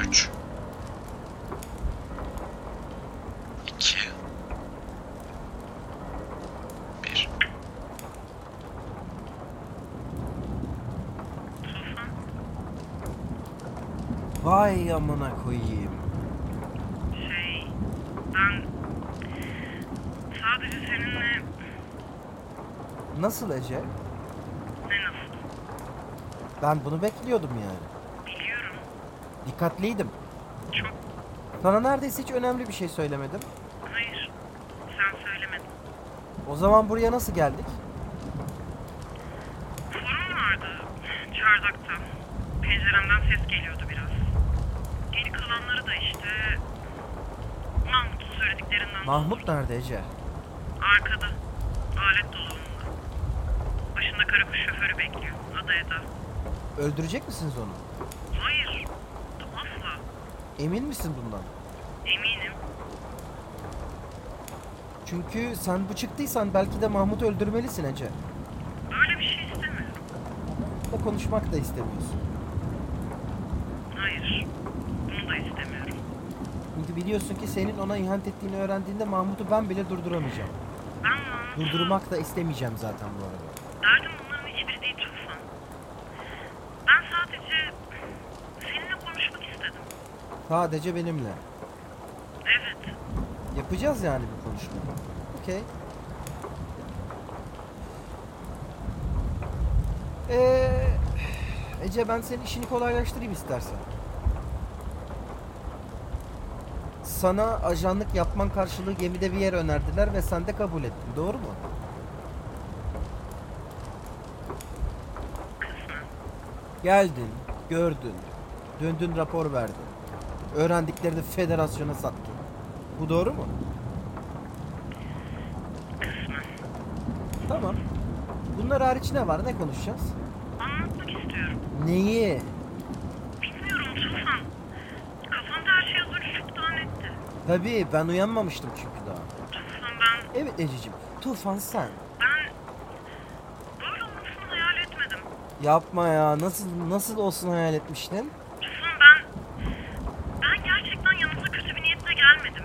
3 2 1. Vay amına koyayım. Ben sadece seninle... Nasıl Ece? Ne nasıl? Ben bunu bekliyordum yani. Biliyorum. Dikkatliydim. Çok. Sana neredeyse hiç önemli bir şey söylemedim. Hayır. Sen söylemedin. O zaman buraya nasıl geldik? Sorun vardı. Çardakta. Penceremden ses geliyordu biraz. Geri kalanları da işte... Mahmut'un söylediklerinden... Mahmut nerede Ece? Arkada. Alet dolabında. Başında kara kuş şoförü bekliyor. Adı Eda. Öldürecek misiniz onu? Hayır. Asla. Emin misin bundan? Eminim. Çünkü sen bu çıktıysan belki de Mahmut'u öldürmelisin Ece. Böyle bir şey istemiyorum. Da konuşmak da istemiyorsun. Hayır. Bunu da istemiyorum. Çünkü biliyorsun ki senin ona ihanet ettiğini öğrendiğinde Mahmut'u ben bile durduramayacağım. Ben Mahmut'u... Durdurmak da istemeyeceğim zaten bu arada. Derdim bunların hiçbiri değil Tufan. Ben sadece seninle konuşmak istedim. Sadece benimle. Evet. Yapacağız yani bu konuşmayı. Okey. Ece ben senin işini kolaylaştırayım istersen. Sana ajanlık yapman karşılığı gemide bir yer önerdiler ve sen de kabul ettin. Doğru mu? Kısmen. Geldin, gördün, döndün rapor verdin. Öğrendiklerini federasyona sattın. Bu doğru mu? Kısmen. Tamam. Bunlar hariç ne var? Ne konuşacağız? Anlatmak istiyorum. Neyi? Bilmiyorum Tufan. Kafamda her şey az önce çok daha netti. Tabii ben uyanmamıştım çünkü daha. Tufan ben... Evet Ececiğim. Tufan sen. Ben... Böyle olmasını hayal etmedim. Yapma ya. Nasıl olsun hayal etmiştin? Tufan ben... Ben gerçekten yanınıza kötü bir niyetle gelmedim.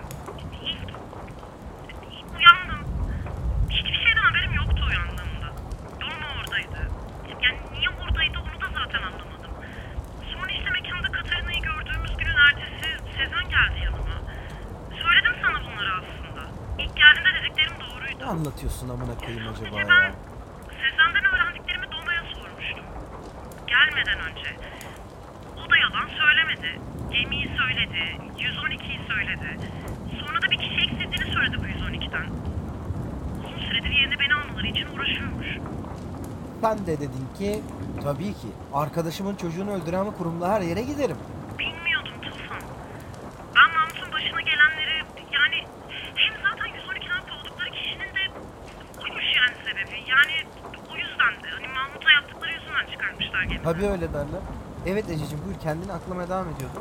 İlk uyandım. Hiçbir şeyden haberim yoktu uyandığımda. Dorma oradaydı. Yani niye oradaydı onu da zaten anlamadım. Sonra işte mekanda Katarina'yı gördüğümüz günün ertesi Sezen geldi yanıma. Söyledim sana bunları aslında. İlk geldiğinde dediklerim doğruydu. Ne anlatıyorsun amına koyayım acaba Sadece ben ya? Sezen'den öğrendiklerimi Doma'ya sormuştum. Gelmeden önce. O da yalan söylemedi. Gemiyi söyledi, 112'yi söyledi. Sonra da bir kişi eksildiğini söyledi bu 112'den. Uzun süredir yerine beni almaları için uğraşıyormuş. Sen de dedin ki tabii ki arkadaşımın çocuğunu öldüren ve kurumla her yere giderim. Bilmiyordum Tufan. Ben Mahmut'un başına gelenleri yani hem zaten 112'den kovdukları kişinin de oymuş yani sebebi. Yani o yüzden de hani Mahmut'a yaptıkları yüzünden çıkarmışlar gemiyi. Tabii öyle derler. Evet Ececiğim buyur kendini aklamaya devam ediyordun.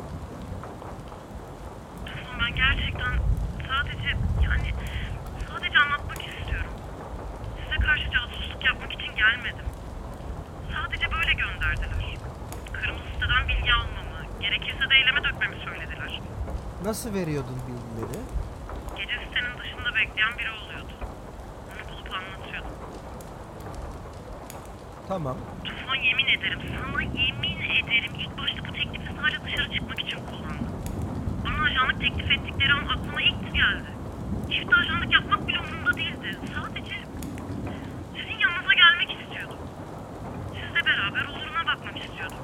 Tufan ben gerçekten sadece anlatmak istiyorum. Size karşı casusluk yapmak için gelmedim. Sadece böyle gönderdiler. Kırmızı siteden bilgi almamı, gerekirse de eyleme dökmemi söylediler. Nasıl veriyordun bilgileri? Gece sitenin dışında bekleyen biri oluyordu. Onu bulup anlatıyordum. Tamam. Tufan yemin ederim, sana yemin ederim ilk başta bu teklifi sadece dışarı çıkmak için kullandım. Bana ajanlık teklif ettikleri an aklıma ilk geldi. Çift ajanlık yapmak bile umurumda değildi. Sadece sizin yanınıza gelmek istiyordum. Sizle beraber huzuruna bakmak istiyordum.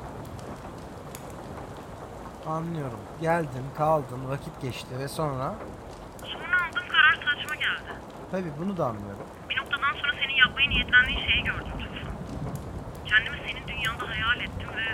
Anlıyorum. Geldin, kaldın, vakit geçti ve sonra... Sonra aldığım karar saçma geldi. Tabii bunu da anlıyorum. Bir noktadan sonra senin yapmaya niyetlendiğin şeyi gördüm Tufan. Kendimi senin dünyanda hayal ettim ve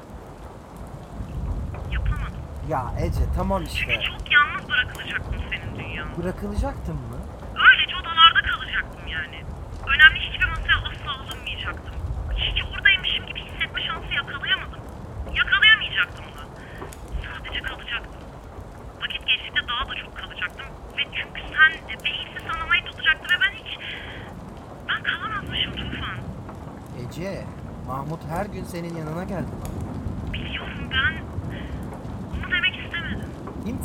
yapamadım. Ya Ece tamam işte. Çünkü çok yalnız bırakılacaktım senin dünyanda. Bırakılacaktın mı? Öylece odalarda kalacaktım yani. Önemli hiçbir masaya asla alınmayacaktım. Hiç oradaymışım gibi hissetme şansı yakalayamadım. Yakalayamayacaktım da. Sadece kalacaktım. Vakit geçtikçe daha da çok kalacaktım. Ve çünkü sen ve hepsi sana ait olacaktı ve ben kalamazmışım Tufan. Ece, Mahmut her gün senin yanına geldi. Biliyorum ben. Bunu demek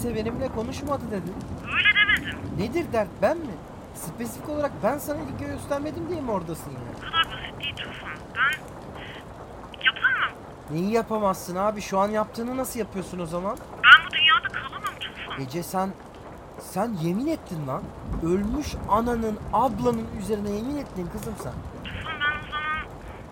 kimse benimle konuşmadı dedin. Öyle demedim. Nedir dert, ben mi? Spesifik olarak ben sana ilgi göstermedim diye mi oradasın yani? Bu kadar basit değil Tufan. Ben yapamam. Neyi yapamazsın abi? Şu an yaptığını nasıl yapıyorsun o zaman? Ben bu dünyada kalamam Tufan. Ece sen yemin ettin lan. Ölmüş ananın, ablanın üzerine yemin ettin kızım sen. Tufan ben o zaman...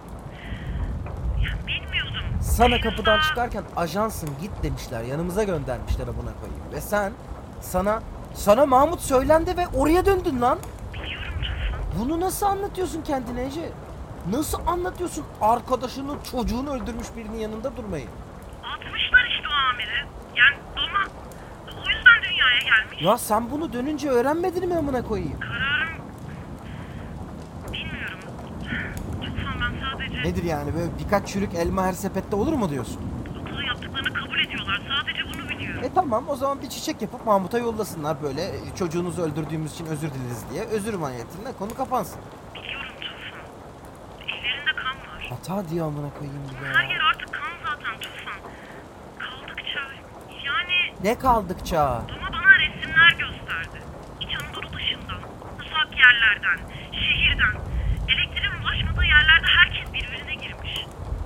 Ya bilmiyordum. Sana kapıdan çıkarken ajansın git demişler. Yanımıza göndermişler amına koyayım. Ve sana Mahmut söylendi ve oraya döndün lan. Biliyorum Tufan. Bunu nasıl anlatıyorsun kendine Ece? Nasıl anlatıyorsun arkadaşını, çocuğunu öldürmüş birinin yanında durmayı? Atmışlar işte o amiri. Yani ama o yüzden dünyaya gelmiş. Ya sen bunu dönünce öğrenmedin mi amına koyayım? Kararım... Bilmiyorum. Tufan ben sadece... Nedir yani böyle birkaç çürük elma her sepette olur mu diyorsun? Okulu yaptıklarını kabul ediyorlar. Sadece bunu biliyorum. Tamam o zaman bir çiçek yapıp Mahmut'a yollasınlar böyle çocuğunuzu öldürdüğümüz için özür dileriz diye. Özür mahiyetinde konu kapansın. Biliyorum Tufan. Ellerinde kan var. Hata diye amına koyayım Her ya. yer artık kan zaten Tufan. Kaldıkça... Yani... Ne kaldıkça? Ama bana resimler gösterdi. İç Anadolu dışından, uzak yerlerden, şehirden, elektriğin ulaşmadığı yerlerde herkes birbirine girmiş.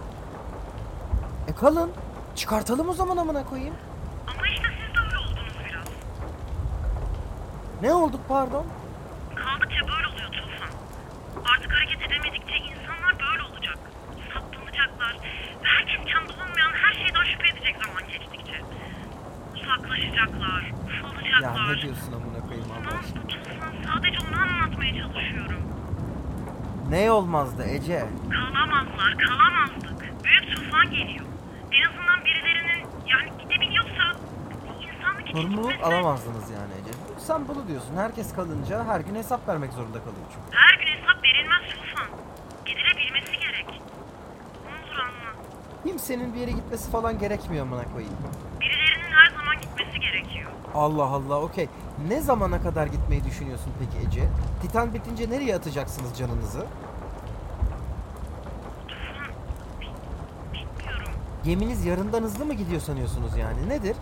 Kalın. Çıkartalım o zaman amına koyayım. Ama işte siz de öyle oldunuz biraz. Ne olduk pardon? Kaldıkça böyle oluyor Tufan. Artık hareket edemedikçe insanlar böyle olacak. Saplanacaklar ve herkes kendi olmayan her şeyden şüphe edecek zaman geçtikçe. Uzaklaşacaklar, Ya ufalacaklar. ne diyorsun amına koyayım Allah Olmaz aşkına? bu Tufan. Sadece onu anlatmaya çalışıyorum. Ne olmazdı Ece? Kalamazlar, kalamazdık. Büyük tufan geliyor. En azından birilerinin yani gidebiliyorsa insanlık için Sorumluluk gitmesi... alamazdınız yani Ece. Sen bunu diyorsun. Herkes kalınca her gün hesap vermek zorunda kalıyor çünkü. Her gün hesap verilmez tufan. Gidilebilmesi gerek. Ne olur anla. Kimsenin bir yere gitmesi falan gerekmiyor amına koyayım. Birilerinin her zaman gitmesi gerekiyor. Allah Allah okey. Ne zamana kadar gitmeyi düşünüyorsun peki Ece? Titan bitince nereye atacaksınız canınızı? Tufan, bilmiyorum. Geminiz yarından hızlı mı gidiyor sanıyorsunuz yani? Nedir?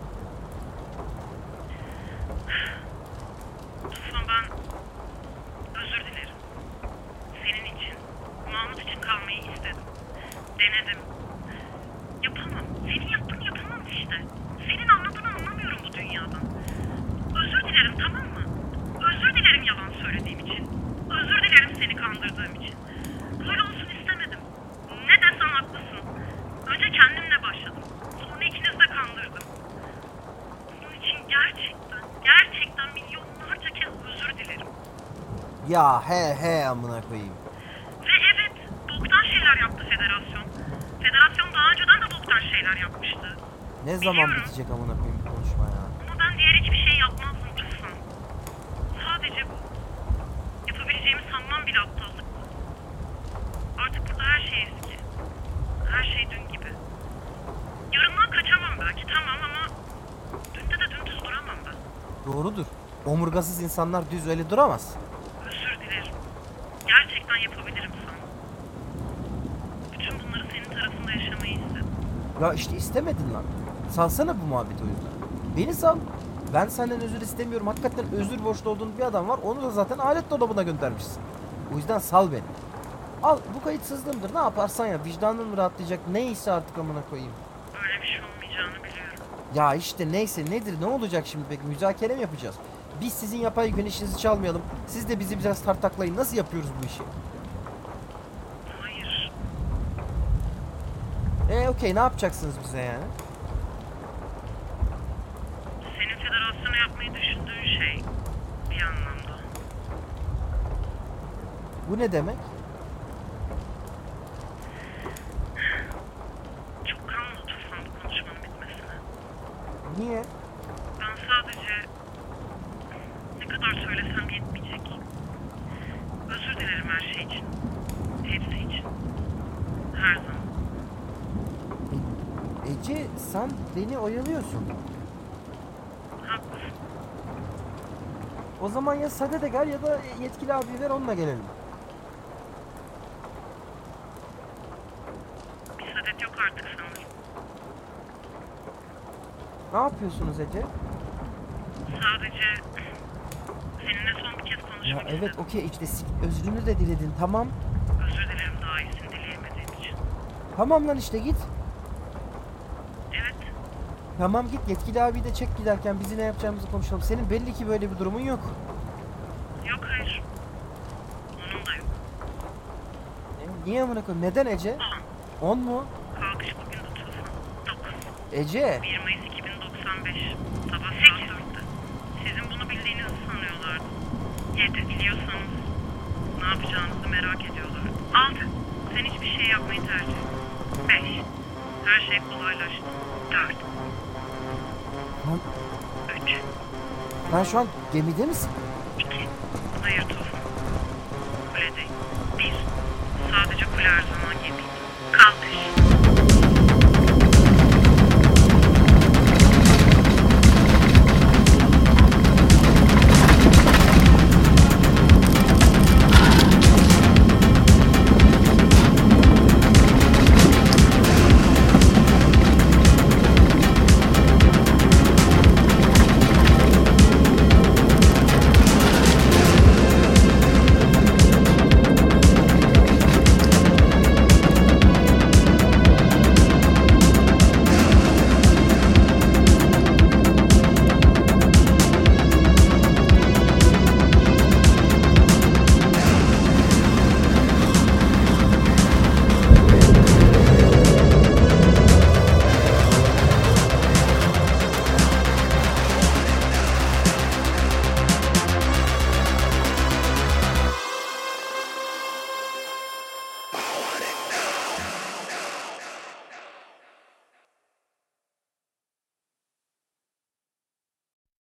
Tufan ben özür dilerim. Senin için, Mahmut için kalmayı istedim. Denedim. Yapamam. Senin yaptığını yapamam işte. Senin anladığını anlamıyorum bu dünyadan. Özür dilerim tamam mı? Özür dilerim yalan söylediğim için. Özür dilerim seni kandırdığım için. Böyle olsun istemedim. Ne desem haklısın. Önce kendimle başladım. Sonra ikinizi de kandırdım. Bunun için gerçekten milyonlarca kez özür dilerim. Ya he amına koyayım. Ve evet, boktan şeyler yaptı federasyon. Federasyon daha önceden de boktan şeyler yapmıştı. Ne zaman Biliyorum. bitecek amına koyayım bu konuşma ya? Ama ben diğer hiçbir şey yapmazdım Tufan. Sadece bu. Yapabileceğimi sanmam bile aptallık. Artık burada her şey eski. Her şey dün gibi. Yarından kaçamam belki tamam ama dünde de dümdüz duramam ben. Doğrudur. Omurgasız insanlar düz öyle duramaz. Özür dilerim. Gerçekten yapabilirim sandım. Bütün bunları senin tarafında yaşamayı istedim. Ya işte istemedin lan. Salsana bu muhabbeti o yüzden. Beni sal. Ben senden özür istemiyorum. Hakikaten özür borçlu olduğun bir adam var. Onu da zaten alet dolabına göndermişsin. O yüzden sal beni. Al bu kayıtsızlığımdır. Ne yaparsan ya. Vicdanın mı rahatlayacak? Neyse artık amına koyayım. Öyle bir şey olmayacağını biliyorum. Ya işte neyse nedir? Ne olacak şimdi peki? Müzakere mi yapacağız? Biz sizin yapay güneşinizi çalmayalım. Siz de bizi biraz tartaklayın. Nasıl yapıyoruz bu işi? Hayır. Okey ne yapacaksınız bize yani? Senin federasyona yapmayı düşündüğün şey bir anlamda. Bu ne demek? Çok kanlı Tufan bu konuşmanın bitmesine. Niye? Ben sadece ne kadar söylesem yetmeyecek. Özür dilerim her şey için. Hepsi için. Her zaman. Ece sen beni oyalıyorsun. Haklısın. O zaman ya Sade de gel ya da yetkili abi ver onunla gelelim. Bir sadet yok artık sanırım. Ne yapıyorsunuz Ece? Sadece seninle son bir kez Ya konuşmak evet istedim. okey işte özrünü de diledin tamam. Özür dilerim daha iyisini dileyemediğim için. Tamam lan işte git. Evet. Tamam git yetkili abi de çek giderken bizi ne yapacağımızı konuşalım. Senin belli ki böyle bir durumun yok. Yok hayır. Onun da yok. Niye amına koyayım? Neden Ece? 10 mu? Kalkış bugün de Tufan. 9. Ece. 1 Mayıs 2095. Sabah 8'de. Sizin bunu bildiğinizi sanıyorlardı. 7. Biliyorsanız ne yapacağınızı merak ediyorlar. 6. Sen hiçbir şey yapmayı tercih et. 5. Her şey kolaylaştı. 4. Lan, 3. lan şu an gemide misin? 2. Hayır Tufan. Kuledeyim. 1. Sadece kule her zaman gibiydi. Kalkış.